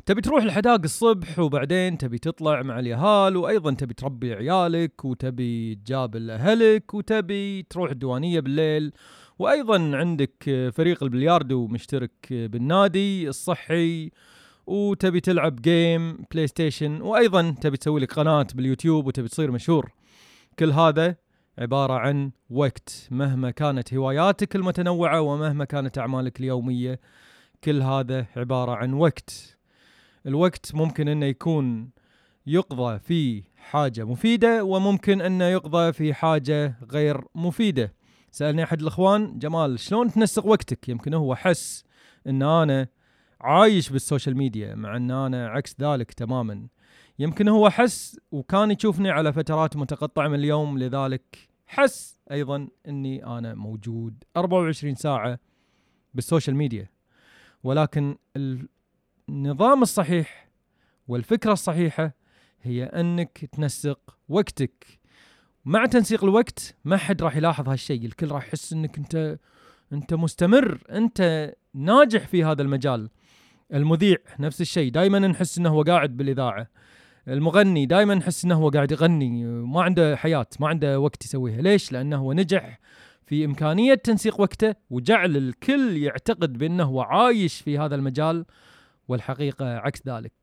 تبي تروح الحداق الصبح وبعدين تبي تطلع مع اليهال، وأيضا تبي تربي عيالك وتبي تجابل أهلك وتبي تروح الديوانية بالليل، وأيضا عندك فريق البلياردو مشترك بالنادي الصحي، وتبي تلعب جيم بلاي ستيشن، وأيضا تبي تسوي لك قناة باليوتيوب وتبي تصير مشهور. كل هذا عبارة عن وقت، مهما كانت هواياتك المتنوعة ومهما كانت أعمالك اليومية، كل هذا عبارة عن وقت. الوقت ممكن أنه يكون يقضى في حاجة مفيدة، وممكن أنه يقضى في حاجة غير مفيدة. سألني أحد الأخوان: جمال شلون تنسق وقتك؟ يمكن هو حس أن أنا عايش بالسوشيال ميديا، مع أن أنا عكس ذلك تماما. يمكن هو حس وكان يشوفني على فترات متقطعة من اليوم، لذلك حس أيضا أني أنا موجود 24 ساعة بالسوشيال ميديا. ولكن النظام الصحيح والفكرة الصحيحة هي أنك تنسق وقتك. مع تنسيق الوقت ما حد راح يلاحظ هالشيء، الكل راح يحس أنك أنت مستمر، أنت ناجح في هذا المجال. المذيع نفس الشيء، دائما نحس أنه هو قاعد بالإذاعة. المغني دائما نحس أنه هو قاعد يغني، ما عنده حياة، ما عنده وقت يسويها. ليش؟ لأنه هو نجح في إمكانية تنسيق وقته وجعل الكل يعتقد بأنه هو عايش في هذا المجال، والحقيقة عكس ذلك.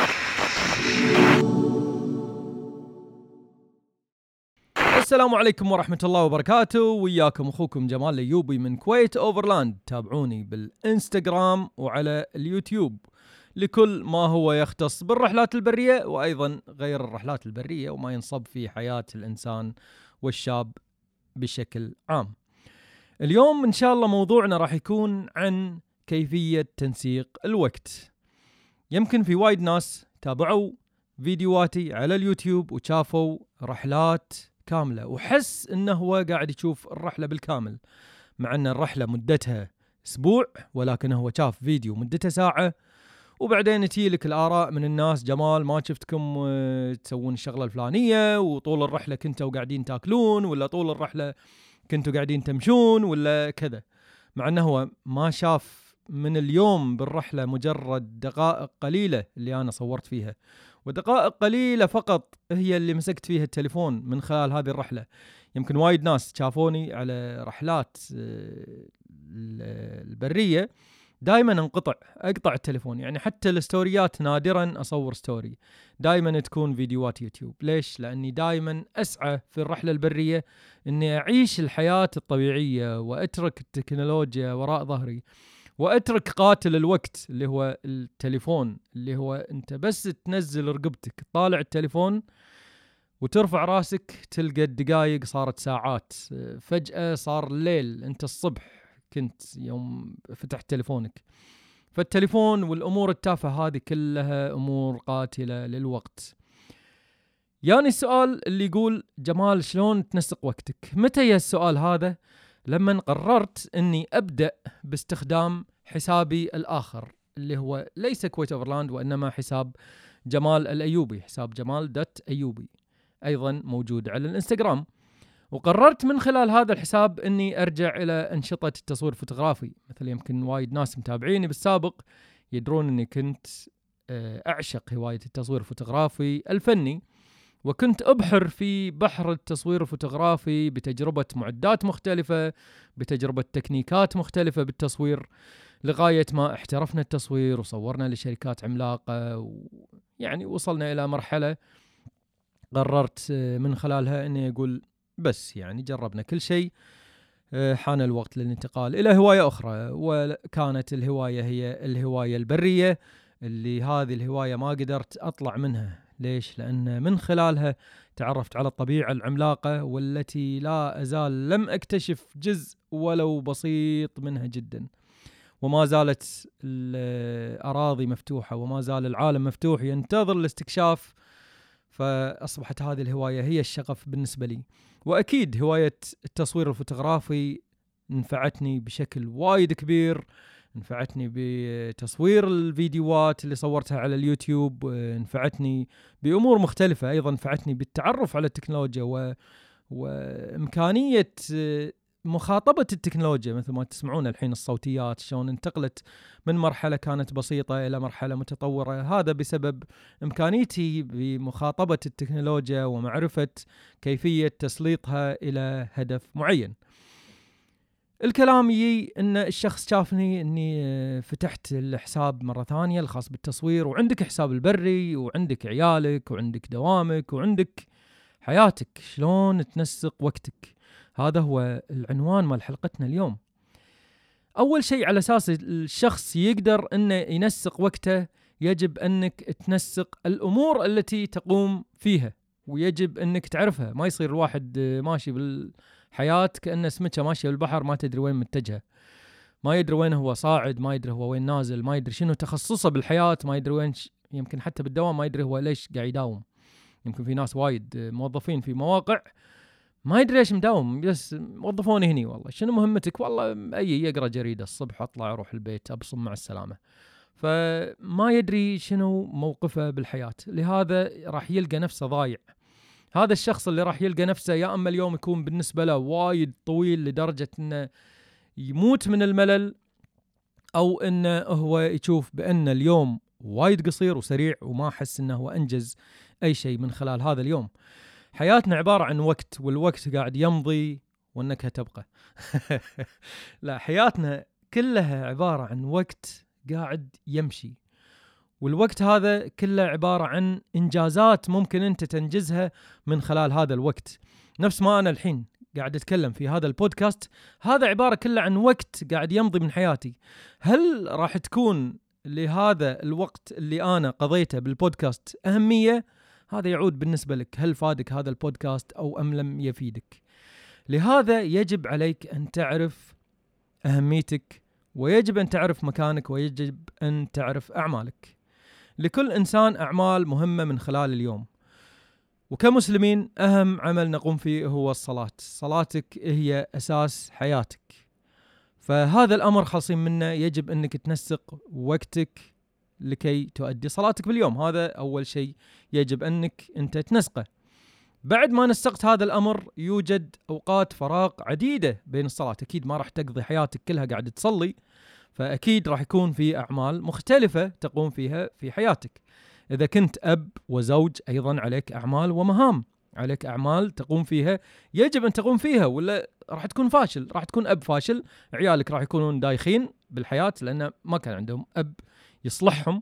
السلام عليكم ورحمة الله وبركاته، وياكم أخوكم جمال الأيوبي من كويت أوفرلاند. تابعوني بالإنستغرام وعلى اليوتيوب لكل ما هو يختص بالرحلات البرية وأيضا غير الرحلات البرية وما ينصب في حياة الإنسان والشاب بشكل عام. اليوم إن شاء الله موضوعنا راح يكون عن كيفية تنسيق الوقت. يمكن في وايد ناس تابعوا فيديوهاتي على اليوتيوب وشافوا رحلات كاملة وحس انه هو قاعد يشوف الرحلة بالكامل، مع ان الرحلة مدتها اسبوع، ولكن هو شاف فيديو مدته ساعة. وبعدين تجيلك الآراء من الناس: جمال ما شفتكم تسوون الشغلة الفلانية، وطول الرحلة كنتوا قاعدين تاكلون، ولا طول الرحلة كنتوا قاعدين تمشون، ولا كذا. مع انه هو ما شاف من اليوم بالرحلة مجرد دقائق قليلة اللي أنا صورت فيها، ودقائق قليلة فقط هي اللي مسكت فيها التليفون من خلال هذه الرحلة. يمكن وايد ناس شافوني على رحلات البرية دائما أقطع التليفون، يعني حتى الستوريات نادرا أصور ستوري، دائما تكون فيديوهات يوتيوب. ليش؟ لأني دائما أسعى في الرحلة البرية أني أعيش الحياة الطبيعية وأترك التكنولوجيا وراء ظهري، وأترك قاتل الوقت اللي هو التليفون، اللي هو أنت بس تنزل رقبتك طالع التليفون وترفع راسك تلقى الدقائق صارت ساعات، فجأة صار الليل، أنت الصبح كنت يوم فتحت تليفونك. فالتليفون والأمور التافهة هذه كلها أمور قاتلة للوقت. يعني السؤال اللي يقول: جمال شلون تنسق وقتك؟ متى يا السؤال هذا؟ لما قررت أني أبدأ باستخدام حسابي الآخر، اللي هو ليس كويت أوفرلاند وإنما حساب جمال الأيوبي، حساب جمال.أيوبي، أيضا موجود على الإنستغرام. وقررت من خلال هذا الحساب أني أرجع إلى أنشطة التصوير الفوتوغرافي. مثل يمكن وايد ناس متابعيني بالسابق يدرون أني كنت أعشق هواية التصوير الفوتوغرافي الفني، وكنت أبحر في بحر التصوير الفوتوغرافي بتجربة معدات مختلفة، بتجربة تكنيكات مختلفة بالتصوير، لغاية ما احترفنا التصوير وصورنا لشركات عملاقة، يعني وصلنا إلى مرحلة قررت من خلالها أني أقول بس يعني جربنا كل شيء، حان الوقت للانتقال إلى هواية أخرى. وكانت الهواية هي الهواية البرية، اللي هذه الهواية ما قدرت أطلع منها. ليش؟ لأن من خلالها تعرفت على الطبيعة العملاقة، والتي لا أزال لم أكتشف جزء ولو بسيط منها جدا، وما زالت الأراضي مفتوحة، وما زال العالم مفتوح ينتظر الاستكشاف. فأصبحت هذه الهواية هي الشغف بالنسبة لي. وأكيد هواية التصوير الفوتوغرافي نفعتني بشكل وايد كبير، نفعتني بتصوير الفيديوهات اللي صورتها على اليوتيوب، نفعتني بأمور مختلفة، أيضا نفعتني بالتعرف على التكنولوجيا وإمكانية مخاطبة التكنولوجيا مثل ما تسمعون الحين الصوتيات شلون انتقلت من مرحلة كانت بسيطة إلى مرحلة متطورة، هذا بسبب إمكانيتي بمخاطبة التكنولوجيا ومعرفة كيفية تسليطها إلى هدف معين. الكلام يجي ان الشخص شافني اني فتحت الحساب مرة ثانية الخاص بالتصوير، وعندك حساب البري وعندك عيالك وعندك دوامك وعندك حياتك، شلون تنسق وقتك؟ هذا هو العنوان مال حلقتنا اليوم. اول شيء على اساس الشخص يقدر انه ينسق وقته، يجب انك تنسق الامور التي تقوم فيها، ويجب انك تعرفها. ما يصير الواحد ماشي بالحياة كأنه سمكة ماشية بالبحر ما تدري وين متجهة، ما يدري وين هو صاعد، ما يدري هو وين نازل، ما يدري شنو تخصصه بالحياة، ما يدري وين يمكن حتى بالدوام ما يدري هو ليش قاعد يداوم. يمكن في ناس وايد موظفين في مواقع ما يدري ليش مداوم، بس وظفوني هني والله شنو مهمتك؟ والله يقرأ جريدة الصبح اطلع اروح البيت ابصم مع السلامة. فما يدري شنو موقفه بالحياة، لهذا راح يلقى نفسه ضايع. هذا الشخص اللي راح يلقى نفسه يا اما اليوم يكون بالنسبة له وايد طويل لدرجة انه يموت من الملل، او انه هو يشوف بان اليوم وايد قصير وسريع وما حس انه هو انجز اي شيء من خلال هذا اليوم. حياتنا عبارة عن وقت، والوقت قاعد يمضي والنكهة تبقى. لا، حياتنا كلها عبارة عن وقت قاعد يمشي، والوقت هذا كله عبارة عن إنجازات ممكن أنت تنجزها من خلال هذا الوقت. نفس ما أنا الحين قاعد أتكلم في هذا البودكاست، هذا عبارة كله عن وقت قاعد يمضي من حياتي. هل راح تكون لهذا الوقت اللي أنا قضيته بالبودكاست أهمية؟ هذا يعود بالنسبة لك، هل فادك هذا البودكاست أو أم لم يفيدك؟ لهذا يجب عليك أن تعرف أهميتك، ويجب أن تعرف مكانك، ويجب أن تعرف أعمالك. لكل إنسان أعمال مهمة من خلال اليوم، وكمسلمين أهم عمل نقوم فيه هو الصلاة. صلاتك هي أساس حياتك، فهذا الأمر خالصين منه. يجب أنك تنسق وقتك لكي تؤدي صلاتك باليوم، هذا أول شيء يجب أنك أنت تنسقه. بعد ما نسقت هذا الأمر، يوجد أوقات فراغ عديدة بين الصلاة. أكيد ما راح تقضي حياتك كلها قاعد تصلي، فأكيد راح يكون في أعمال مختلفة تقوم فيها في حياتك. إذا كنت أب وزوج أيضا عليك أعمال ومهام، عليك أعمال تقوم فيها يجب أن تقوم فيها، ولا راح تكون فاشل، راح تكون أب فاشل. عيالك راح يكونون دايخين بالحياة لأن ما كان عندهم أب يصلحهم،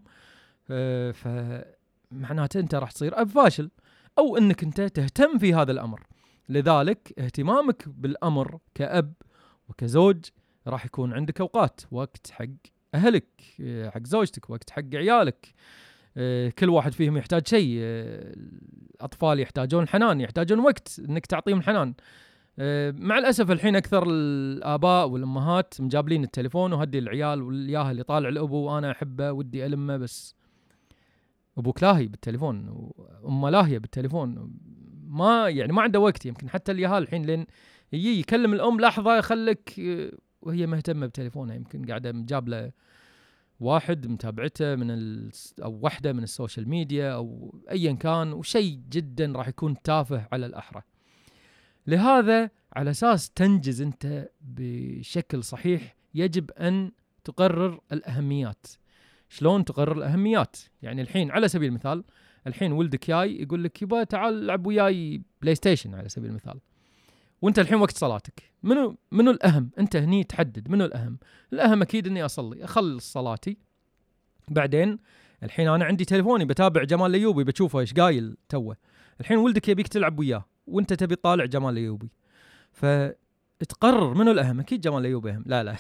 فمعناته أنت راح تصير أب فاشل، أو أنك أنت تهتم في هذا الأمر. لذلك اهتمامك بالأمر كأب وكزوج راح يكون عندك أوقات، وقت حق أهلك، حق زوجتك، وقت حق عيالك. كل واحد فيهم يحتاج شيء. الأطفال يحتاجون حنان، يحتاجون وقت أنك تعطيهم حنان. مع الأسف الحين أكثر الآباء والأمهات مجابلين التليفون وهدي العيال والياهل اللي طالع الأبو وأنا أحبه ودي ألمه، بس أبوك لاهي بالتليفون وأمه لاهية بالتليفون، ما يعني ما عنده وقت. يمكن حتى الياهل الحين لين يجي يكلم الأم لحظة يخلك وهي مهتمة بتليفونها، يمكن قاعدة مجابلة واحد متابعته أو واحدة من السوشيال ميديا أو أيا كان، وشيء جدا راح يكون تافه على الأحرى. لهذا على أساس تنجز أنت بشكل صحيح يجب أن تقرر الأهميات. شلون تقرر الأهميات؟ يعني الحين على سبيل المثال، الحين ولدك جاي يقول لك يبا تعال العب وياي بلاي ستيشن على سبيل المثال، وانت الحين وقت صلاتك. منو الأهم؟ انت هني تحدد منو الأهم. الأهم أكيد اني أصلي، أخلص صلاتي، بعدين الحين أنا عندي تليفوني بتابع جمال الأيوبي بتشوفه إيش قايل توه. الحين ولدك يبيك تلعب وياه وانت تبي تطالع جمال الأيوبي، فتقرر منو الأهم. أكيد جمال الأيوبي أهم؟ لا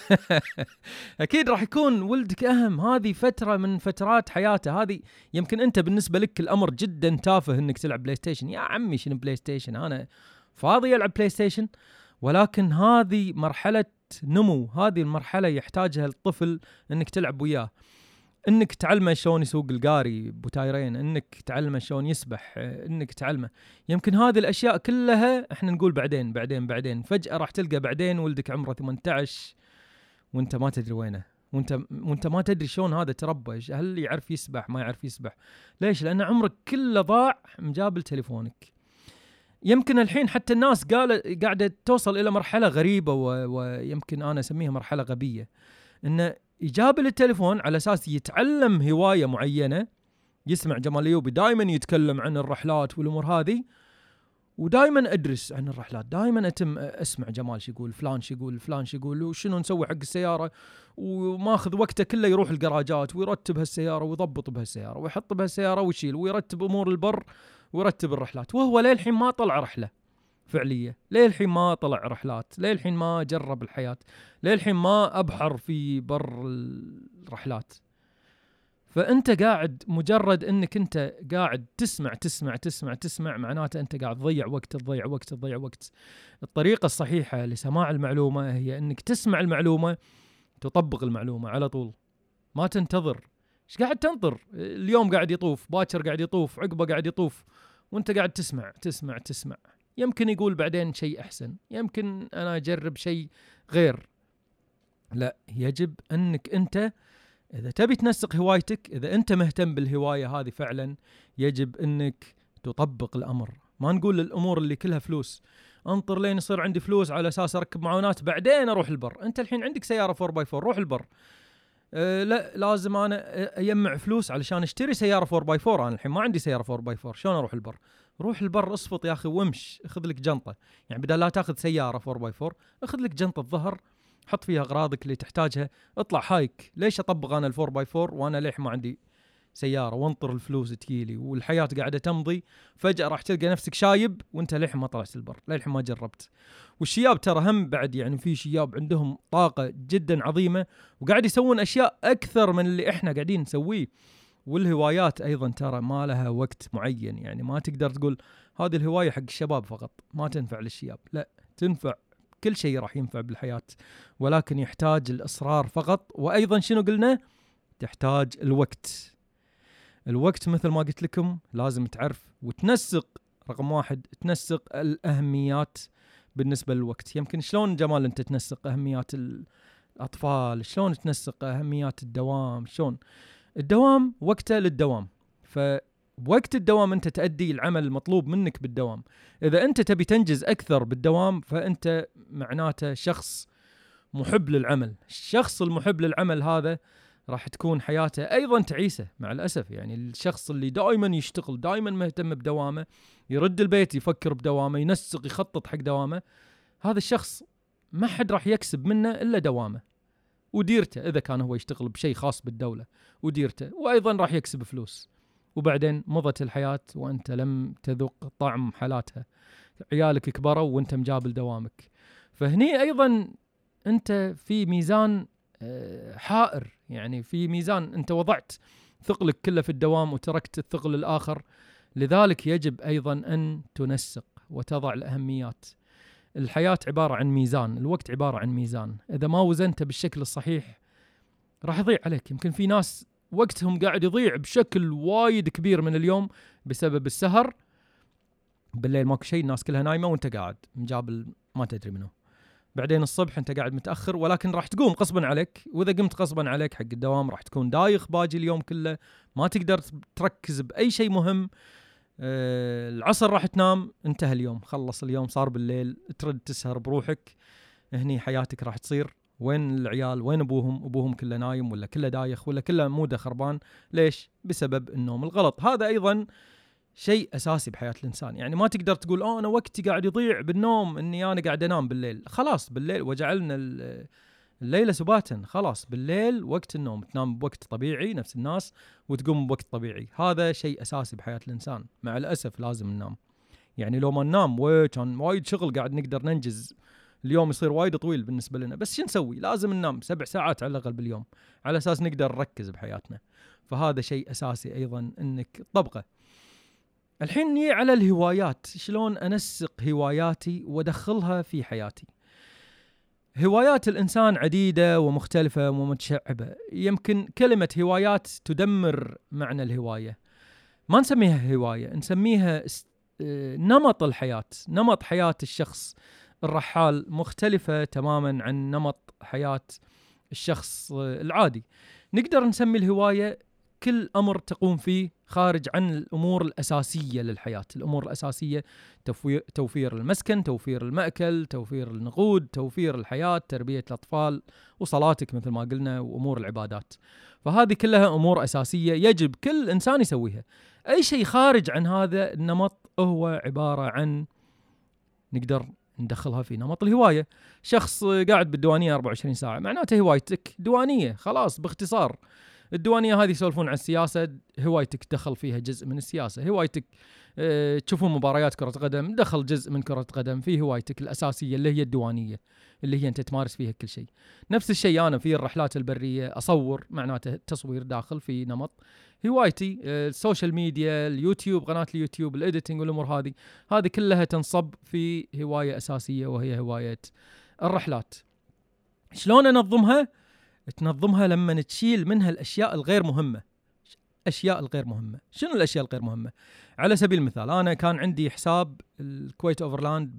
أكيد راح يكون ولدك أهم. هذه فترة من فترات حياته، هذه يمكن أنت بالنسبة لك الأمر جدا تافه إنك تلعب بلاي ستيشن. يا عمي شنو بلاي ستيشن، أنا فاضي ألعب بلاي ستيشن. ولكن هذه مرحلة نمو، هذه المرحلة يحتاجها الطفل إنك تلعب وياه، انك تعلمه شلون يسوق القاري بوتايرين، انك تعلمه شلون يسبح، انك تعلمه. يمكن هذه الاشياء كلها احنا نقول بعدين بعدين بعدين، فجأة راح تلقى بعدين ولدك عمره 18 وانت ما تدري وينه، وانت ما تدري شلون هذا تربى، هل يعرف يسبح ما يعرف يسبح. ليش؟ لان عمرك كله ضاع مجابل تليفونك. يمكن الحين حتى الناس قاعدة توصل إلى مرحلة غريبة ويمكن أنا أسميها مرحلة غبية، إنه يجابل التليفون على أساس يتعلم هواية معينة. يسمع جمال أيوبي دائما يتكلم عن الرحلات والأمور هذه، ودائما أدرس عن الرحلات، دائما أتم أسمع جمال شو يقول، فلان شو يقول، فلان شو يقول، وشنو نسوي حق السيارة، وماخذ وقته كله يروح الجراجات ويرتب هالسيارة ويضبط بهالسيارة ويحط بهالسيارة ويشيل ويرتب أمور البر ويرتب الرحلات، وهو للحين ما طلع رحلة فعلية، للحين ما طلع رحلات، للحين ما جرب الحياة، للحين ما أبحر في بر الرحلات. فأنت قاعد مجرد أنك أنت قاعد تسمع تسمع تسمع تسمع، معناته أنت قاعد تضيع وقت تضيع وقت تضيع وقت. الطريقة الصحيحة لسماع المعلومة هي أنك تسمع المعلومة، تطبق المعلومة على طول، ما تنتظر. ايش قاعد تنطر؟ اليوم قاعد يطوف، باكر قاعد يطوف، عقبه قاعد يطوف، وانت قاعد تسمع تسمع تسمع. يمكن يقول بعدين شيء أحسن، يمكن أنا أجرب شيء غير. لا، يجب أنك أنت إذا تبي تنسق هوايتك، إذا أنت مهتم بالهواية هذه فعلا، يجب أنك تطبق الأمر. ما نقول الأمور اللي كلها فلوس، انطر لين يصير عندي فلوس على أساس أركب معونات بعدين أروح البر. أنت الحين عندك سيارة 4x4، روح البر. لا، لازم أنا أجمع فلوس علشان أشتري سيارة 4x4. أنا الحين ما عندي سيارة 4x4، شلون أروح البر؟ روح البر، اصفط يا أخي وامش، أخذ لك جنطة. يعني بدل لا تأخذ سيارة 4x4 أخذ لك جنطة ظهر، حط فيها أغراضك اللي تحتاجها، اطلع هايك. ليش أطبق أنا ال4x4 وأنا ليح ما عندي سيارة وانطر الفلوس تجيلي والحياة قاعدة تمضي؟ فجأة راح تلقى نفسك شايب وانت ليح ما طلعت البر، ليح ما جربت. والشياب ترى هم بعد، يعني في شياب عندهم طاقة جدا عظيمة وقاعد يسوون أشياء أكثر من اللي إحنا قاعدين نسويه. والهوايات أيضا ترى ما لها وقت معين، يعني ما تقدر تقول هذه الهواية حق الشباب فقط، ما تنفع للشياب. لا، تنفع، كل شيء راح ينفع بالحياة، ولكن يحتاج الإصرار فقط. وأيضا شنو قلنا؟ تحتاج الوقت. الوقت مثل ما قلت لكم لازم تعرف وتنسق. رقم 1 تنسق الأهميات بالنسبة للوقت. يمكن شلون جمال أنت تنسق أهميات الأطفال، شلون تنسق أهميات الدوام، شلون الدوام وقته للدوام، فوقت الدوام أنت تأدي العمل المطلوب منك بالدوام. إذا أنت تبي تنجز أكثر بالدوام فأنت معناته شخص محب للعمل. الشخص المحب للعمل هذا راح تكون حياته أيضا تعيسة مع الأسف. يعني الشخص اللي دائما يشتغل، دائما مهتم بدوامه، يرد البيت يفكر بدوامه، ينسق يخطط حق دوامه، هذا الشخص ما حد راح يكسب منه إلا دوامه وديرته. إذا كان هو يشتغل بشيء خاص بالدولة وديرته، وأيضا راح يكسب فلوس، وبعدين مضت الحياة وأنت لم تذق طعم حالاتها. عيالك كبروا وأنت مجابل دوامك. فهني أيضا أنت في ميزان حائر، يعني في ميزان أنت وضعت ثقلك كله في الدوام وتركت الثقل الآخر. لذلك يجب أيضا أن تنسق وتضع الأهميات. الحياة عبارة عن ميزان، الوقت عبارة عن ميزان، إذا ما وزنته بالشكل الصحيح راح يضيع عليك. يمكن في ناس وقتهم قاعد يضيع بشكل وايد كبير من اليوم بسبب السهر. بالليل ماكو شيء، الناس كلها نايمة وانت قاعد مجابل ما تدري منه. بعدين الصبح انت قاعد متأخر، ولكن راح تقوم غصبا عليك، واذا قمت غصبا عليك حق الدوام راح تكون دايخ باجي اليوم كله، ما تقدر تركز بأي شيء مهم. العصر راح تنام، انتهى اليوم، خلص اليوم، صار بالليل، ترد تسهر بروحك. هني حياتك راح تصير وين العيال، وين ابوهم كله نايم ولا كله دايخ ولا كله موده خربان. ليش؟ بسبب النوم الغلط. هذا ايضا شيء اساسي بحياة الانسان. يعني ما تقدر تقول انا وقتي قاعد يضيع بالنوم، اني انا قاعد انام بالليل. خلاص بالليل وجعلنا الليلة سباتا، خلاص بالليل وقت النوم، تنام بوقت طبيعي نفس الناس وتقوم بوقت طبيعي. هذا شيء أساسي بحياة الإنسان. مع الأسف لازم ننام. يعني لو ما ننام وكان وايد شغل قاعد نقدر ننجز، اليوم يصير وايد طويل بالنسبة لنا. بس شو نسوي؟ لازم ننام 7 ساعات على الأقل باليوم على أساس نقدر نركز بحياتنا. فهذا شيء أساسي أيضا أنك تطبقه. الحين نيجي على الهوايات. شلون أنسق هواياتي وأدخلها في حياتي؟ هوايات الإنسان عديدة ومختلفة ومتشعبة. يمكن كلمة هوايات تدمر معنى الهواية. ما نسميها هواية، نسميها نمط الحياة. نمط حياة الشخص الرحال مختلفة تماما عن نمط حياة الشخص العادي. نقدر نسمي الهواية كل أمر تقوم فيه خارج عن الأمور الأساسية للحياة. الأمور الأساسية توفير المسكن، توفير المأكل، توفير النقود، توفير الحياة، تربية الأطفال، وصلاتك مثل ما قلنا، وأمور العبادات. فهذه كلها أمور أساسية يجب كل إنسان يسويها. أي شيء خارج عن هذا النمط هو عبارة عن نقدر ندخلها في نمط الهواية. شخص قاعد بالديوانية 24 ساعة معناته هوايتك دوانية، خلاص باختصار. الديوانية هذه يسولفون عن السياسة، هوايتك دخل فيها جزء من السياسة. هوايتك تشوفون مباريات كرة قدم، دخل جزء من كرة قدم في هوايتك الأساسية اللي هي الديوانية، اللي هي أنت تمارس فيها كل شيء. نفس الشيء أنا في الرحلات البرية أصور، معناته التصوير داخل في نمط هوايتي. السوشيال ميديا، اليوتيوب، قناة اليوتيوب، الإديتنج والأمور هذه كلها تنصب في هواية أساسية، وهي هواية الرحلات. شلون أنظمها؟ تنظمها لما تشيل منها الأشياء الغير مهمة. أشياء الغير مهمة، شنو الأشياء الغير مهمة؟ على سبيل المثال أنا كان عندي حساب الكويت أوفرلاند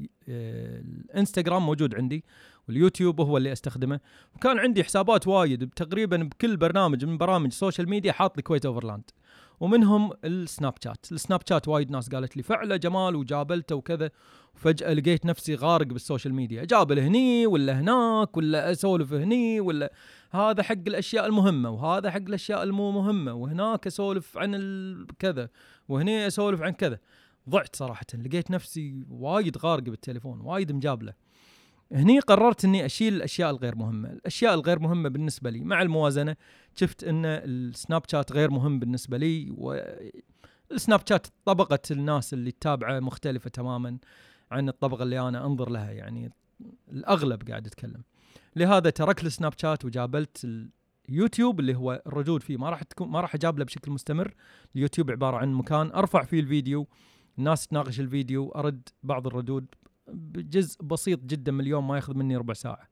بالإنستغرام موجود عندي، واليوتيوب هو اللي أستخدمه، وكان عندي حسابات وايد تقريبا بكل برنامج من برامج السوشيال ميديا حاط لي كويت أوفرلاند، ومنهم السناب شات وايد ناس قالت لي فعله جمال وجابلته وكذا. وفجأة لقيت نفسي غارق بالسوشيال ميديا، جابل هني ولا هناك، ولا أسولف هني، ولا هذا حق الأشياء المهمة وهذا حق الأشياء المو مهمة، وهناك أسولف عن كذا وهني أسولف عن كذا. ضعت صراحة، لقيت نفسي وايد غارق بالتليفون، وايد مجابلة. هني قررت أني أشيل الأشياء الغير مهمة. الأشياء الغير مهمة بالنسبة لي مع الموازنة شفت أن السناب شات غير مهم بالنسبة لي، والسناب شات طبقة الناس اللي تتابعه مختلفة تماما عن الطبقة اللي أنا أنظر لها، يعني الأغلب قاعد أتكلم. لهذا تركت السناب شات وجابلت اليوتيوب اللي هو الردود فيه ما راح أجابله بشكل مستمر. اليوتيوب عبارة عن مكان أرفع فيه الفيديو، الناس تناقش الفيديو، أرد بعض الردود بجزء بسيط جدا من اليوم، ما ياخذ مني ربع ساعة.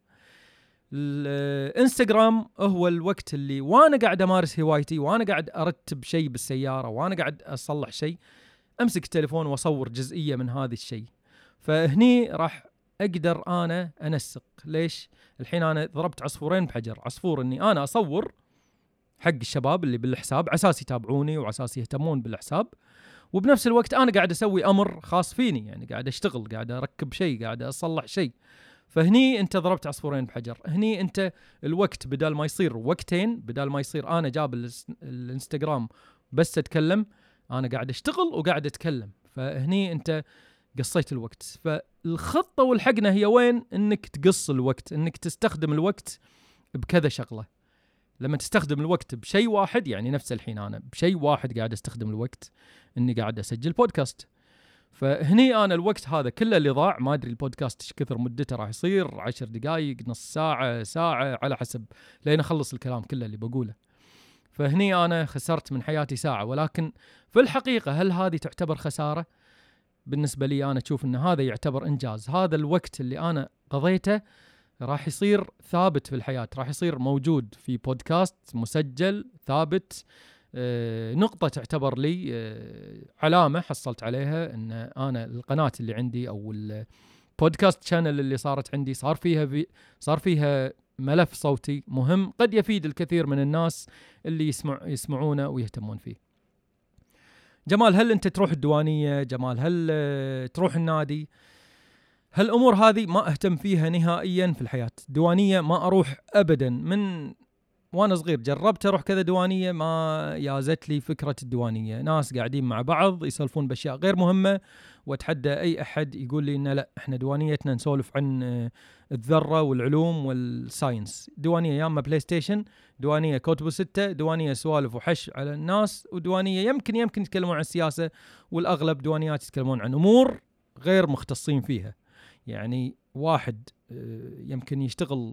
الانستغرام هو الوقت اللي وانا قاعد امارس هوايتي، وانا قاعد ارتب شيء بالسيارة، وانا قاعد اصلح شيء، امسك التليفون واصور جزئية من هذا الشيء. فهني راح اقدر انا انسق. ليش؟ الحين انا ضربت عصفورين بحجر. عصفور اني انا اصور حق الشباب اللي بالحساب عساس يتابعوني وعساس يهتمون بالحساب، وبنفس الوقت انا قاعد اسوي امر خاص فيني، يعني قاعد اشتغل، قاعد اركب شيء، قاعد اصلح شيء. فهني انت ضربت عصفورين بحجر. هني انت الوقت بدل ما يصير وقتين، بدل ما يصير انا جاب الانستغرام بس اتكلم، انا قاعد اشتغل وقاعد اتكلم. فهني انت قصيت الوقت. فالخطة والحقنة هي وين؟ انك تقص الوقت، انك تستخدم الوقت بكذا شغلة. لما تستخدم الوقت بشيء واحد، يعني نفس الحين أنا بشيء واحد قاعد أستخدم الوقت إني قاعد أسجل بودكاست، فهني أنا الوقت هذا كله اللي ضاع، ما أدري البودكاست إيش كثر مدته راح يصير، 10 دقائق، نص ساعة، ساعة، على حسب لين أخلص الكلام كله اللي بقوله. فهني أنا خسرت من حياتي ساعة. ولكن في الحقيقة هل هذه تعتبر خسارة؟ بالنسبة لي أنا أشوف إن هذا يعتبر إنجاز. هذا الوقت اللي أنا قضيته راح يصير ثابت في الحياة، راح يصير موجود في بودكاست مسجل ثابت. نقطة تعتبر لي علامة حصلت عليها ان انا القناة اللي عندي او البودكاست شانل اللي صارت عندي صار فيها ملف صوتي مهم قد يفيد الكثير من الناس اللي يسمعونه ويهتمون فيه. جمال، هل انت تروح الديوانية؟ جمال، هل تروح النادي؟ هالأمور هذه ما أهتم فيها نهائيا في الحياة. ديوانية ما أروح أبدا. من وأنا صغير جربت أروح كذا ديوانية، ما يازت لي فكرة الديوانية. ناس قاعدين مع بعض يسولفون بأشياء غير مهمة، وأتحدى أي أحد يقول لي إنه لا، إحنا ديوانيتنا نسولف عن الذرة والعلوم والساينس. ديوانية يا أما بلاي ستيشن، ديوانية كوتبو 6، ديوانية سوالف وحش على الناس، وديوانية يمكن يتكلمون عن السياسة، والأغلب ديوانيات يتكلمون عن أمور غير مختصين فيها. يعني واحد يمكن يشتغل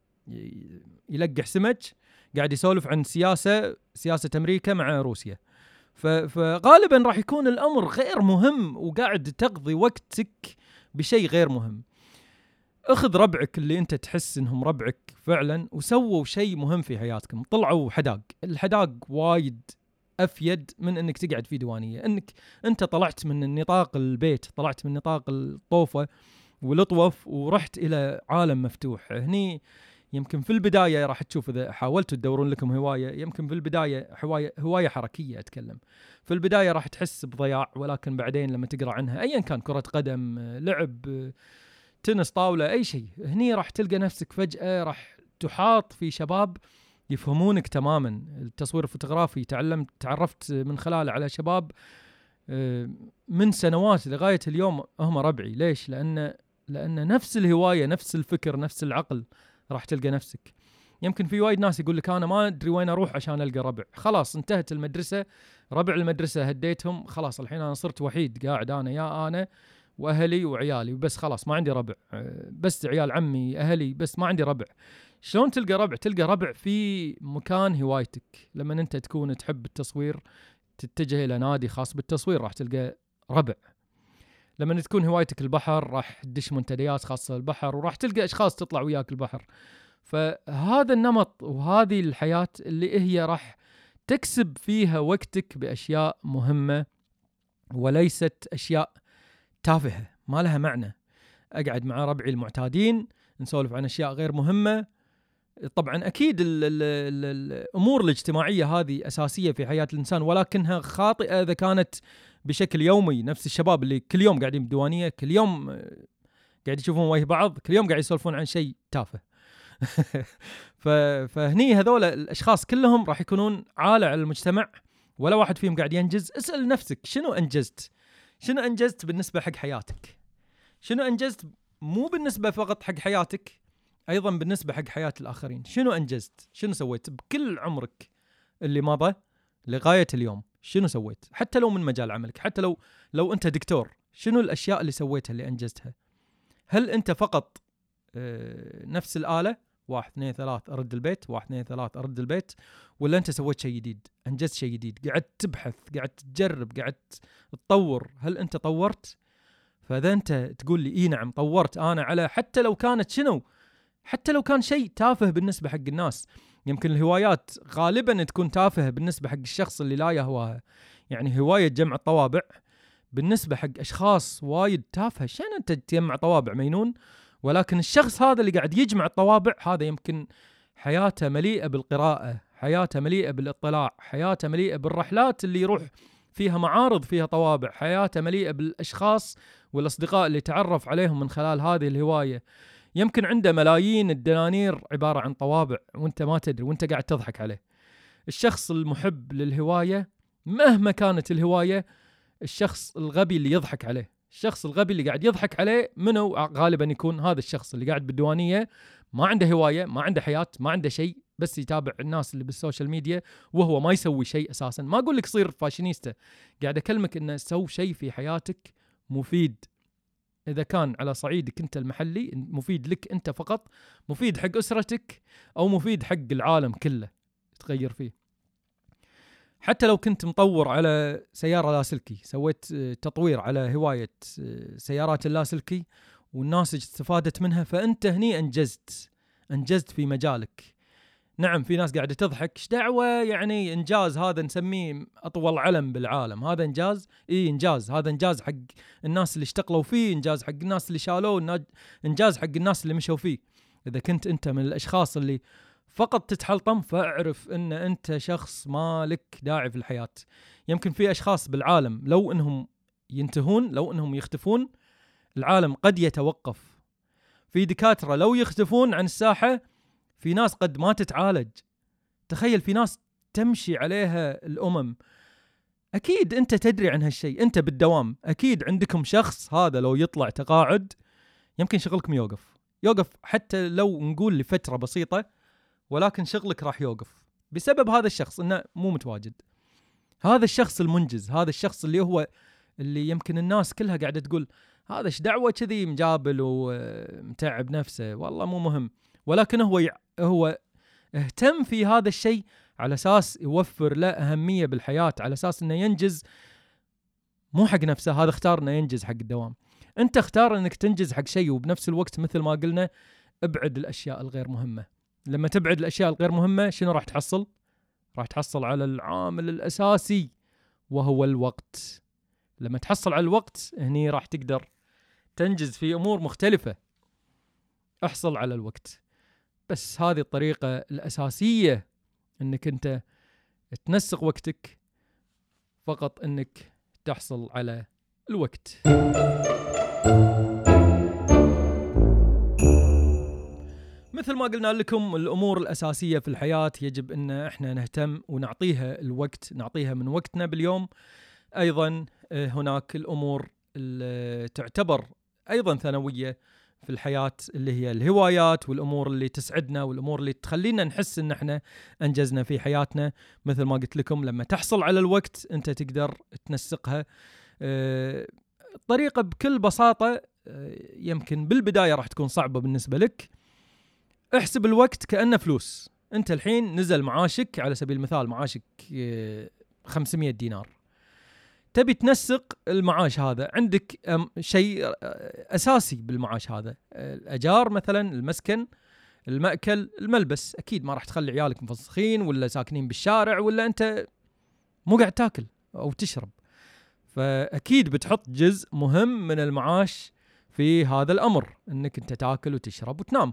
يلقح سمك قاعد يسولف عن سياسة أمريكا مع روسيا، فغالبا راح يكون الأمر غير مهم وقاعد تقضي وقتك بشيء غير مهم. اخذ ربعك اللي انت تحس انهم ربعك فعلا وسووا شيء مهم في حياتكم، طلعوا حداق. الحداق وايد أفيد من أنك تقعد في ديوانية، أنك أنت طلعت من نطاق البيت، طلعت من نطاق الطوفة والطوف ورحت إلى عالم مفتوح. هني يمكن في البداية راح تشوف إذا حاولتوا تدورون لكم هواية، يمكن في البداية هواية حركية أتكلم، في البداية راح تحس بضياع، ولكن بعدين لما تقرأ عنها أيا كان، كرة قدم، لعب، تنس طاولة، أي شيء، هني راح تلقى نفسك فجأة راح تحاط في شباب يفهمونك تماما. التصوير الفوتوغرافي تعرفت من خلاله على شباب من سنوات لغاية اليوم هم ربعي. ليش؟ لأن نفس الهواية، نفس الفكر، نفس العقل، راح تلقى نفسك. يمكن في وايد ناس يقول لك أنا ما أدري وين أروح عشان ألقى ربع. خلاص انتهت المدرسة، ربع المدرسة هديتهم، خلاص الحين أنا صرت وحيد قاعد أنا وأهلي وعيالي بس، خلاص ما عندي ربع، بس عيال عمي أهلي بس، ما عندي ربع. شلون تلقى ربع؟ تلقى ربع في مكان هوايتك. لما أنت تكون تحب التصوير تتجه إلى نادي خاص بالتصوير راح تلقى ربع. لما تكون هوايتك البحر راح تدش منتديات خاصة بالبحر وراح تلقى أشخاص تطلع وياك البحر. فهذا النمط وهذه الحياة اللي هي راح تكسب فيها وقتك بأشياء مهمة وليست أشياء تافهة ما لها معنى. أقعد مع ربعي المعتادين نسولف عن أشياء غير مهمة. طبعا أكيد الأمور الاجتماعية هذه أساسية في حياة الإنسان، ولكنها خاطئة إذا كانت بشكل يومي. نفس الشباب اللي كل يوم قاعدين بديوانية، كل يوم قاعد يشوفون وجه بعض، كل يوم قاعد يسولفون عن شيء تافه. فهني هذول الأشخاص كلهم راح يكونون عالة على المجتمع، ولا واحد فيهم قاعد ينجز. اسأل نفسك شنو أنجزت بالنسبة حق حياتك؟ شنو أنجزت مو بالنسبة فقط حق حياتك، أيضا بالنسبة حق حياة الآخرين؟ شنو أنجزت؟ شنو سويت بكل عمرك اللي مضى لغاية اليوم؟ شنو سويت؟ حتى لو من مجال عملك، حتى لو أنت دكتور، شنو الأشياء اللي سويتها اللي أنجزتها؟ هل أنت فقط نفس الآلة 1 2 3 أرد البيت، 1 2 3 أرد البيت، ولا أنت سويت شيء جديد، أنجزت شيء جديد، قعدت تبحث، قعدت تجرب، قعدت تطور؟ هل أنت طورت؟ فإذا أنت تقول لي إيه نعم طورت أنا على، حتى لو كانت شنو، حتى لو كان شيء تافه بالنسبة حق الناس. يمكن الهوايات غالبا تكون تافهة بالنسبة حق الشخص اللي لا يهواها. يعني هواية جمع الطوابع بالنسبة حق أشخاص وايد تافهة. شان أنت تجمع طوابع مينون؟ ولكن الشخص هذا اللي قاعد يجمع الطوابع هذا يمكن حياته مليئة بالقراءة، حياته مليئة بالاطلاع، حياته مليئة بالرحلات اللي يروح فيها معارض فيها طوابع، حياته مليئة بالأشخاص والأصدقاء اللي تعرف عليهم من خلال هذه الهواية. يمكن عنده ملايين الدنانير عبارة عن طوابع وانت ما تدري، وانت قاعد تضحك عليه. الشخص المحب للهواية مهما كانت الهواية، الشخص الغبي اللي يضحك عليه، الشخص الغبي اللي قاعد يضحك عليه منو غالبا يكون؟ هذا الشخص اللي قاعد بالديوانية، ما عنده هواية، ما عنده حياة، ما عنده شيء، بس يتابع الناس اللي بالسوشيال ميديا وهو ما يسوي شيء أساسا. ما أقول لك صير فاشينيستا، قاعد أكلمك إنه سوي شيء في حياتك مفيد. إذا كان على صعيدك أنت المحلي مفيد لك أنت فقط، مفيد حق أسرتك، أو مفيد حق العالم كله تغير فيه. حتى لو كنت مطور على سيارة لاسلكي، سويت تطوير على هواية سيارات اللاسلكي والناس استفادت منها، فأنت هني أنجزت في مجالك. نعم في ناس قاعدة تضحك، ايش دعوة يعني إنجاز هذا نسميه أطول علم بالعالم، هذا إنجاز؟ إيه إنجاز، هذا إنجاز حق الناس اللي اشتغلوا فيه، إنجاز حق الناس اللي شالوه، إنجاز حق الناس اللي مشوا فيه. إذا كنت أنت من الأشخاص اللي فقط تتحلطم، فاعرف أن أنت شخص ما لك داعي في الحياة. يمكن في أشخاص بالعالم لو أنهم ينتهون، لو أنهم يختفون، العالم قد يتوقف. في دكاترة لو يختفون عن الساحة، في ناس قد ما تتعالج. تخيل في ناس تمشي عليها الأمم. أكيد أنت تدري عن هالشيء، أنت بالدوام أكيد عندكم شخص هذا لو يطلع تقاعد يمكن شغلكم يوقف حتى لو نقول لفترة بسيطة، ولكن شغلك راح يوقف بسبب هذا الشخص إنه مو متواجد. هذا الشخص المنجز، هذا الشخص اللي يمكن الناس كلها قاعدة تقول هذا ايش دعوة كذي مجابل ومتعب نفسه، والله مو مهم، ولكن هو اهتم في هذا الشيء على أساس يوفر له أهمية بالحياة، على أساس إنه ينجز مو حق نفسه، هذا اختار إنه ينجز حق الدوام. أنت اختار إنك تنجز حق شيء، وبنفس الوقت مثل ما قلنا ابعد الأشياء الغير مهمة. لما تبعد الأشياء الغير مهمة شنو راح تحصل؟ راح تحصل على العامل الأساسي وهو الوقت. لما تحصل على الوقت هني راح تقدر تنجز في أمور مختلفة. احصل على الوقت. بس هذه الطريقة الأساسية أنك أنت تنسق وقتك، فقط أنك تحصل على الوقت. مثل ما قلنا لكم، الأمور الأساسية في الحياة يجب أن احنا نهتم ونعطيها الوقت، نعطيها من وقتنا باليوم. أيضا هناك الأمور اللي تعتبر أيضا ثانوية في الحياة، اللي هي الهوايات والأمور اللي تسعدنا والأمور اللي تخلينا نحس أن احنا أنجزنا في حياتنا. مثل ما قلت لكم، لما تحصل على الوقت أنت تقدر تنسقها. الطريقة بكل بساطة يمكن بالبداية راح تكون صعبة بالنسبة لك. احسب الوقت كأنه فلوس. أنت الحين نزل معاشك، على سبيل المثال معاشك 500 دينار، تبي تنسق المعاش هذا. عندك شيء أساسي بالمعاش هذا، الأجار مثلا، المسكن، المأكل، الملبس. أكيد ما راح تخلي عيالك مفسخين ولا ساكنين بالشارع ولا أنت مو قاعد تاكل أو تشرب، فأكيد بتحط جزء مهم من المعاش في هذا الأمر، أنك أنت تاكل وتشرب وتنام.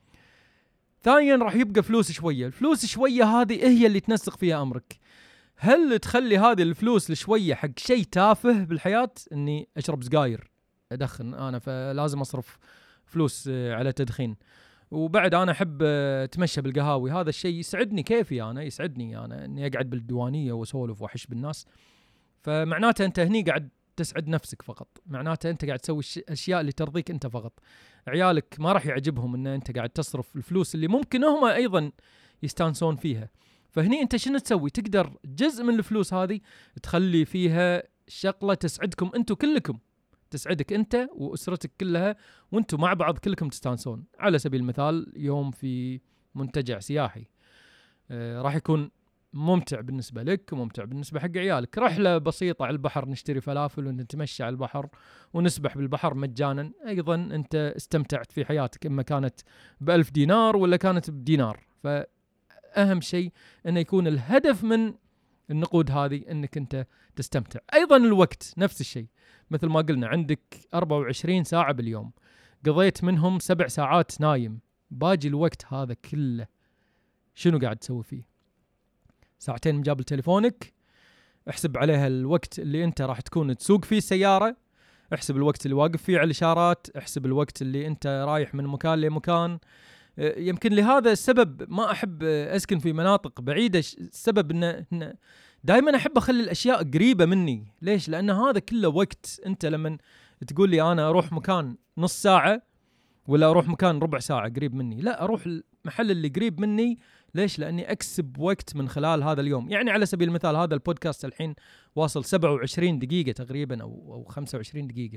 ثانيا راح يبقى فلوس شوية. الفلوس شوية هذه هي اللي تنسق فيها أمرك. هل تخلي هذه الفلوس الشوية حق شيء تافه بالحياة، اني اشرب سجاير، ادخن انا فلازم اصرف فلوس على تدخين، وبعد انا احب اتمشى بالقهاوي، هذا الشيء يسعدني، كيفي انا يسعدني انا اني اقعد بالديوانية واسولف واحش بالناس، فمعناته انت هني قاعد تسعد نفسك فقط، معناته انت قاعد تسوي الاشياء اللي ترضيك انت فقط. عيالك ما راح يعجبهم ان انت قاعد تصرف الفلوس اللي ممكن هم ايضا يستانسون فيها. فهني انت شنو تسوي؟ تقدر جزء من الفلوس هذه تخلي فيها شغله تسعدكم انتم كلكم، تسعدك انت واسرتك كلها، وانتم مع بعض كلكم تستانسون. على سبيل المثال يوم في منتجع سياحي راح يكون ممتع بالنسبة لك وممتع بالنسبة حق عيالك. رحلة بسيطة على البحر، نشتري فلافل ونتمشى على البحر ونسبح بالبحر مجانا، أيضا أنت استمتعت في حياتك، إما كانت ب1000 دينار ولا كانت بدينار. فأهم شيء أنه يكون الهدف من النقود هذه أنك أنت تستمتع. أيضا الوقت نفس الشيء، مثل ما قلنا عندك 24 ساعة باليوم، قضيت منهم 7 ساعات نايم، باجي الوقت هذا كله شنو قاعد تسوي فيه؟ ساعتين مجابل تليفونك، احسب عليها الوقت اللي انت راح تكون تسوق فيه السيارة، احسب الوقت اللي واقف فيه على الإشارات، احسب الوقت اللي انت رايح من مكان لمكان. يمكن لهذا السبب ما أحب أسكن في مناطق بعيدة. السبب إن دائما أحب أخلي الأشياء قريبة مني. ليش؟ لأن هذا كله وقت. أنت لما تقول لي أنا أروح مكان نص ساعة ولا أروح مكان ربع ساعة قريب مني، لا، أروح المحل اللي قريب مني. ليش؟ لأني أكسب وقت من خلال هذا اليوم. يعني على سبيل المثال هذا البودكاست الحين واصل 27 دقيقة تقريبا أو 25 دقيقة.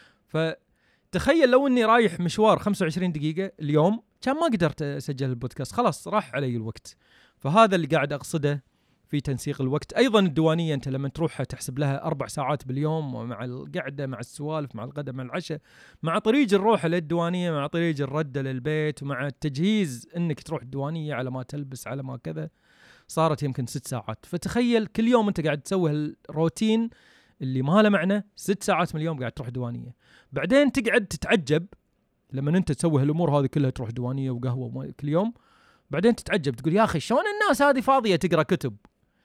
فتخيل لو أني رايح مشوار 25 دقيقة اليوم كان ما قدرت أسجل البودكاست، خلاص راح علي الوقت. فهذا اللي قاعد أقصده في تنسيق الوقت. أيضا الديوانية أنت لما تروح تحسب لها 4 ساعات باليوم، ومع القعدة مع السوالف مع الغداء مع العشاء مع طريق الروح للديوانية مع طريق الردة للبيت ومع التجهيز أنك تروح الديوانية على ما تلبس على ما كذا، صارت يمكن 6 ساعات. فتخيل كل يوم أنت قاعد تسوي الروتين اللي ما له معنى، 6 ساعات من اليوم قاعد تروح ديوانية. بعدين تقعد تتعجب لما أنت تسوي هالأمور هذه كلها، تروح ديوانية وقهوة كل يوم، بعدين تتعجب تقول يا أخي شلون الناس هذه فاضية تقرأ كتب؟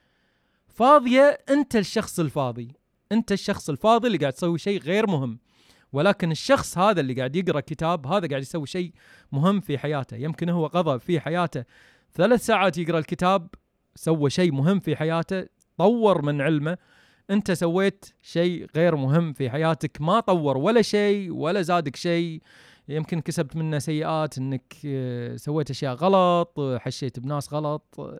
فاضية أنت الشخص الفاضي، أنت الشخص الفاضي اللي قاعد تسوي شيء غير مهم. ولكن الشخص هذا اللي قاعد يقرأ كتاب، هذا قاعد يسوي شيء مهم في حياته. يمكن هو قضى في حياته 3 ساعات يقرأ الكتاب، سوى شيء مهم في حياته، طور من علمه. أنت سويت شيء غير مهم في حياتك، ما طور ولا شيء ولا زادك شيء، يمكن كسبت منه سيئات، أنك سويت أشياء غلط، حشيت بناس غلط.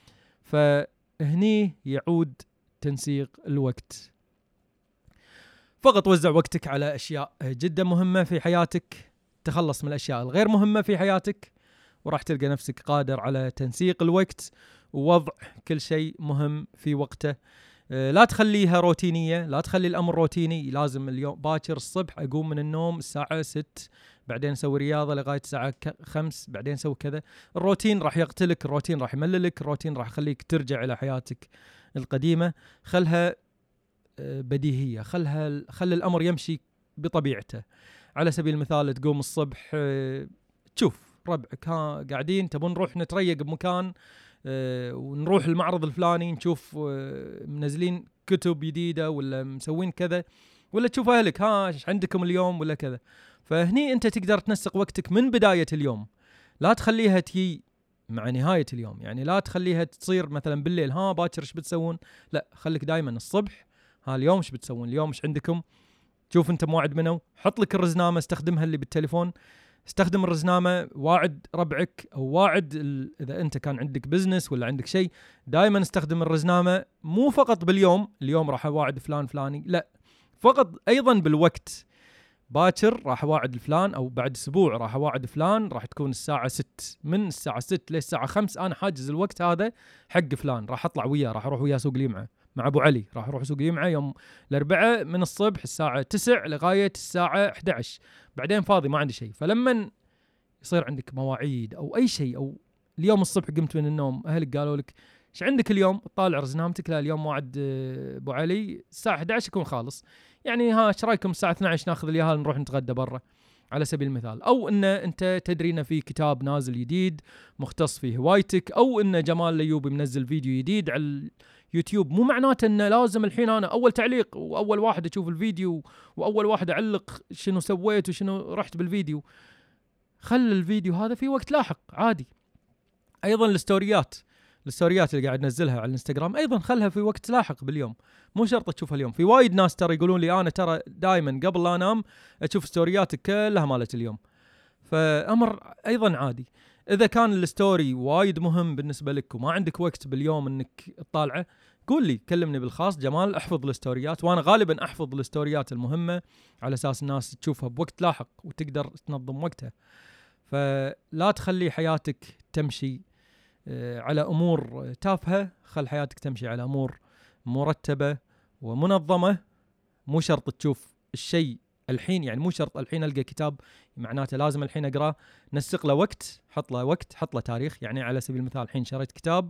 فهني يعود تنسيق الوقت. فقط وزع وقتك على أشياء جدا مهمة في حياتك، تخلص من الأشياء الغير مهمة في حياتك، وراح تلقى نفسك قادر على تنسيق الوقت ووضع كل شيء مهم في وقته. لا تخليها روتينية، لا تخلي الأمر روتيني. لازم اليوم باكر الصبح أقوم من النوم الساعة 6، بعدين أسوي رياضة لغاية الساعة 5، بعدين أسوي كذا. الروتين راح يقتلك، الروتين راح يمللك، الروتين راح يخليك ترجع إلى حياتك القديمة. خلها بديهية، خل الأمر يمشي بطبيعته. على سبيل المثال تقوم الصبح تشوف ربعك قاعدين تبون نروح نتريق بمكان، ونروح المعرض الفلاني نشوف منزلين كتب جديدة ولا مسوين كذا، ولا تشوف أهلك ايش عندكم اليوم ولا كذا. فهني أنت تقدر تنسق وقتك من بداية اليوم، لا تخليها تجي مع نهاية اليوم. يعني لا تخليها تصير مثلا بالليل باكر ايش بتسوون، لا خليك دائما الصبح اليوم ايش بتسوون، اليوم ايش عندكم، شوف انت موعد منو، حط لك الرزنامة استخدمها اللي بالتليفون، استخدم الرزنامة، واعد ربعك او واعد اذا انت كان عندك بزنس ولا عندك شيء، دائما استخدم الرزنامة مو فقط باليوم، اليوم راح اواعد فلان فلاني، لا فقط ايضا بالوقت. باكر راح اواعد الفلان، او بعد اسبوع راح اواعد فلان، راح تكون الساعة 6، من الساعة 6 للساعة 5 انا حاجز الوقت هذا حق فلان، راح اطلع وياه، راح اروح وياه سوق الجمعة مع ابو علي، راح اروح سوق الجمعة يوم الاربعاء من الصبح الساعة 9 لغاية الساعة 11، بعدين فاضي ما عندي شيء. فلما يصير عندك مواعيد او اي شيء، او اليوم الصبح قمت من النوم اهلك قالوا لك ايش عندك اليوم، طالع رزنامتك، لا اليوم موعد ابو علي الساعة 11 يكون خالص، يعني ايش رايكم الساعة 12 ناخذ اليهال نروح نتغدى برا على سبيل المثال. او ان انت تدري ان في كتاب نازل جديد مختص في هوايتك، او ان جمال الايوبي منزل فيديو جديد على اليوتيوب، مو معناته انه لازم الحين انا اول تعليق واول واحد اشوف الفيديو واول واحد اعلق شنو سويت وشنو رحت بالفيديو. خل الفيديو هذا في وقت لاحق عادي. ايضا الستوريات اللي قاعد ننزلها على الانستغرام ايضا خلها في وقت لاحق باليوم، مو شرط تشوفها اليوم. في وايد ناس ترى يقولون لي انا ترى دائما قبل لا انام اشوف ستورياتك كلها مالت اليوم، فامر ايضا عادي. اذا كان الستوري وايد مهم بالنسبه لك وما عندك وقت باليوم انك تطالعه، قول لي كلمني بالخاص، جمال احفظ الستوريات، وانا غالبا احفظ الستوريات المهمه على اساس الناس تشوفها بوقت لاحق وتقدر تنظم وقتها. فلا تخلي حياتك تمشي على أمور تافهة، خل حياتك تمشي على أمور مرتبة ومنظمة. مو شرط تشوف الشيء الحين، يعني مو شرط الحين ألقى كتاب معناته لازم الحين أقرأ، نسق له وقت، حط له وقت، حط له تاريخ. يعني على سبيل المثال الحين شريت كتاب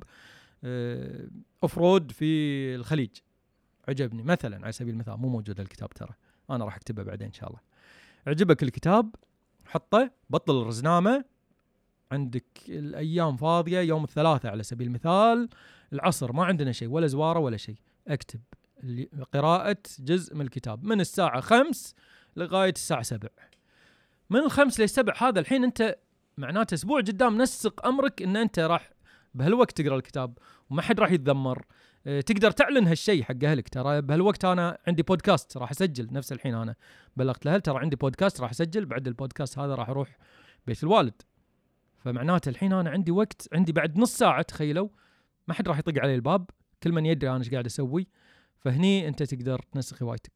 أفرود في الخليج، عجبني مثلا على سبيل المثال، مو موجود الكتاب ترى، أنا راح أكتبه بعدين إن شاء الله. عجبك الكتاب حطه، بطل الرزنامة، عندك الأيام فاضية، يوم الثلاثاء على سبيل المثال العصر ما عندنا شيء ولا زوارة ولا شيء، اكتب قراءة جزء من الكتاب من الساعة 5 لغاية الساعة 7، من 5 ل7. هذا الحين أنت معناته أسبوع قدام نسق أمرك أن أنت راح بهالوقت تقرأ الكتاب وما حد راح يتذمر. تقدر تعلن هالشيء حق أهلك، ترى بهالوقت أنا عندي بودكاست راح أسجل، نفس الحين أنا بلغت لأهل ترى عندي بودكاست راح أسجل، بعد البودكاست هذا راح أروح بيت الوالد، فمعناته الحين أنا عندي وقت، عندي بعد نص ساعة تخيلوا ما حد راح يطق علي الباب، كل من يدري أنا إيش قاعد أسوي. فهني أنت تقدر تنسخ هوايتك.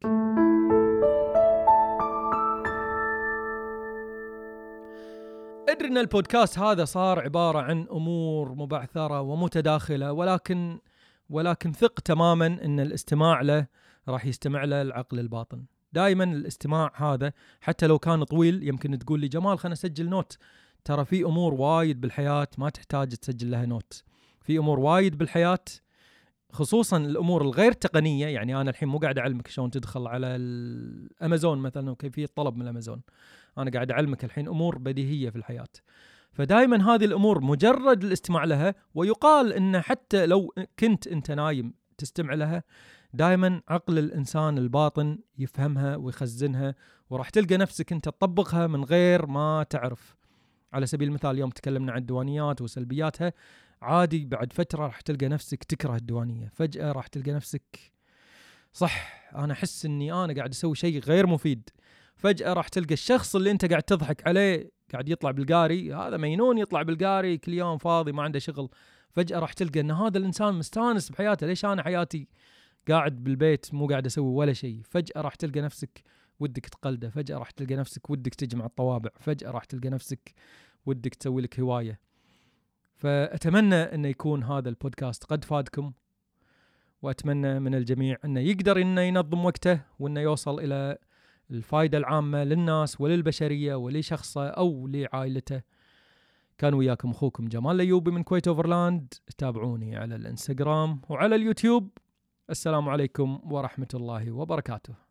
أدري أن البودكاست هذا صار عبارة عن أمور مبعثرة ومتداخلة، ولكن ثق تماما أن الاستماع له راح يستمع له العقل الباطن. دائما الاستماع هذا حتى لو كان طويل، يمكن تقول لي جمال خلنا نسجل نوت، ترى في أمور وايد بالحياة ما تحتاج تسجل لها نوت. في أمور وايد بالحياة خصوصا الأمور الغير تقنية، يعني أنا الحين مو قاعد أعلمك شلون تدخل على الأمازون مثلا وكيفية طلب من الأمازون، أنا قاعد أعلمك الحين أمور بديهية في الحياة. فدائما هذه الأمور مجرد الاستماع لها، ويقال إن حتى لو كنت أنت نايم تستمع لها، دائما عقل الإنسان الباطن يفهمها ويخزنها، وراح تلقى نفسك أنت تطبقها من غير ما تعرف. على سبيل المثال اليوم تكلمنا عن الديوانيات وسلبياتها، عادي بعد فترة راح تلقى نفسك تكره الديوانية، فجأة راح تلقى نفسك صح أنا أحس أني أنا قاعد أسوي شيء غير مفيد. فجأة راح تلقى الشخص اللي أنت قاعد تضحك عليه قاعد يطلع بالقاري، هذا مينون يطلع بالقاري كل يوم فاضي ما عنده شغل، فجأة راح تلقى أن هذا الإنسان مستانس بحياته، ليش أنا حياتي قاعد بالبيت مو قاعد أسوي ولا شيء. فجأة راح تلقى نفسك ودك تقلده، فجأة راح تلقى نفسك ودك تجمع الطوابع، فجأة راح تلقى نفسك ودك تسوي لك هواية. فأتمنى أن يكون هذا البودكاست قد فادكم، وأتمنى من الجميع أنه يقدر أنه ينظم وقته وأنه يوصل إلى الفائدة العامة للناس وللبشرية ولشخصه أو لعائلته. كان وياكم أخوكم جمال الأيوبي من كويت أوفرلاند، تابعوني على الإنستغرام وعلى اليوتيوب. السلام عليكم ورحمة الله وبركاته.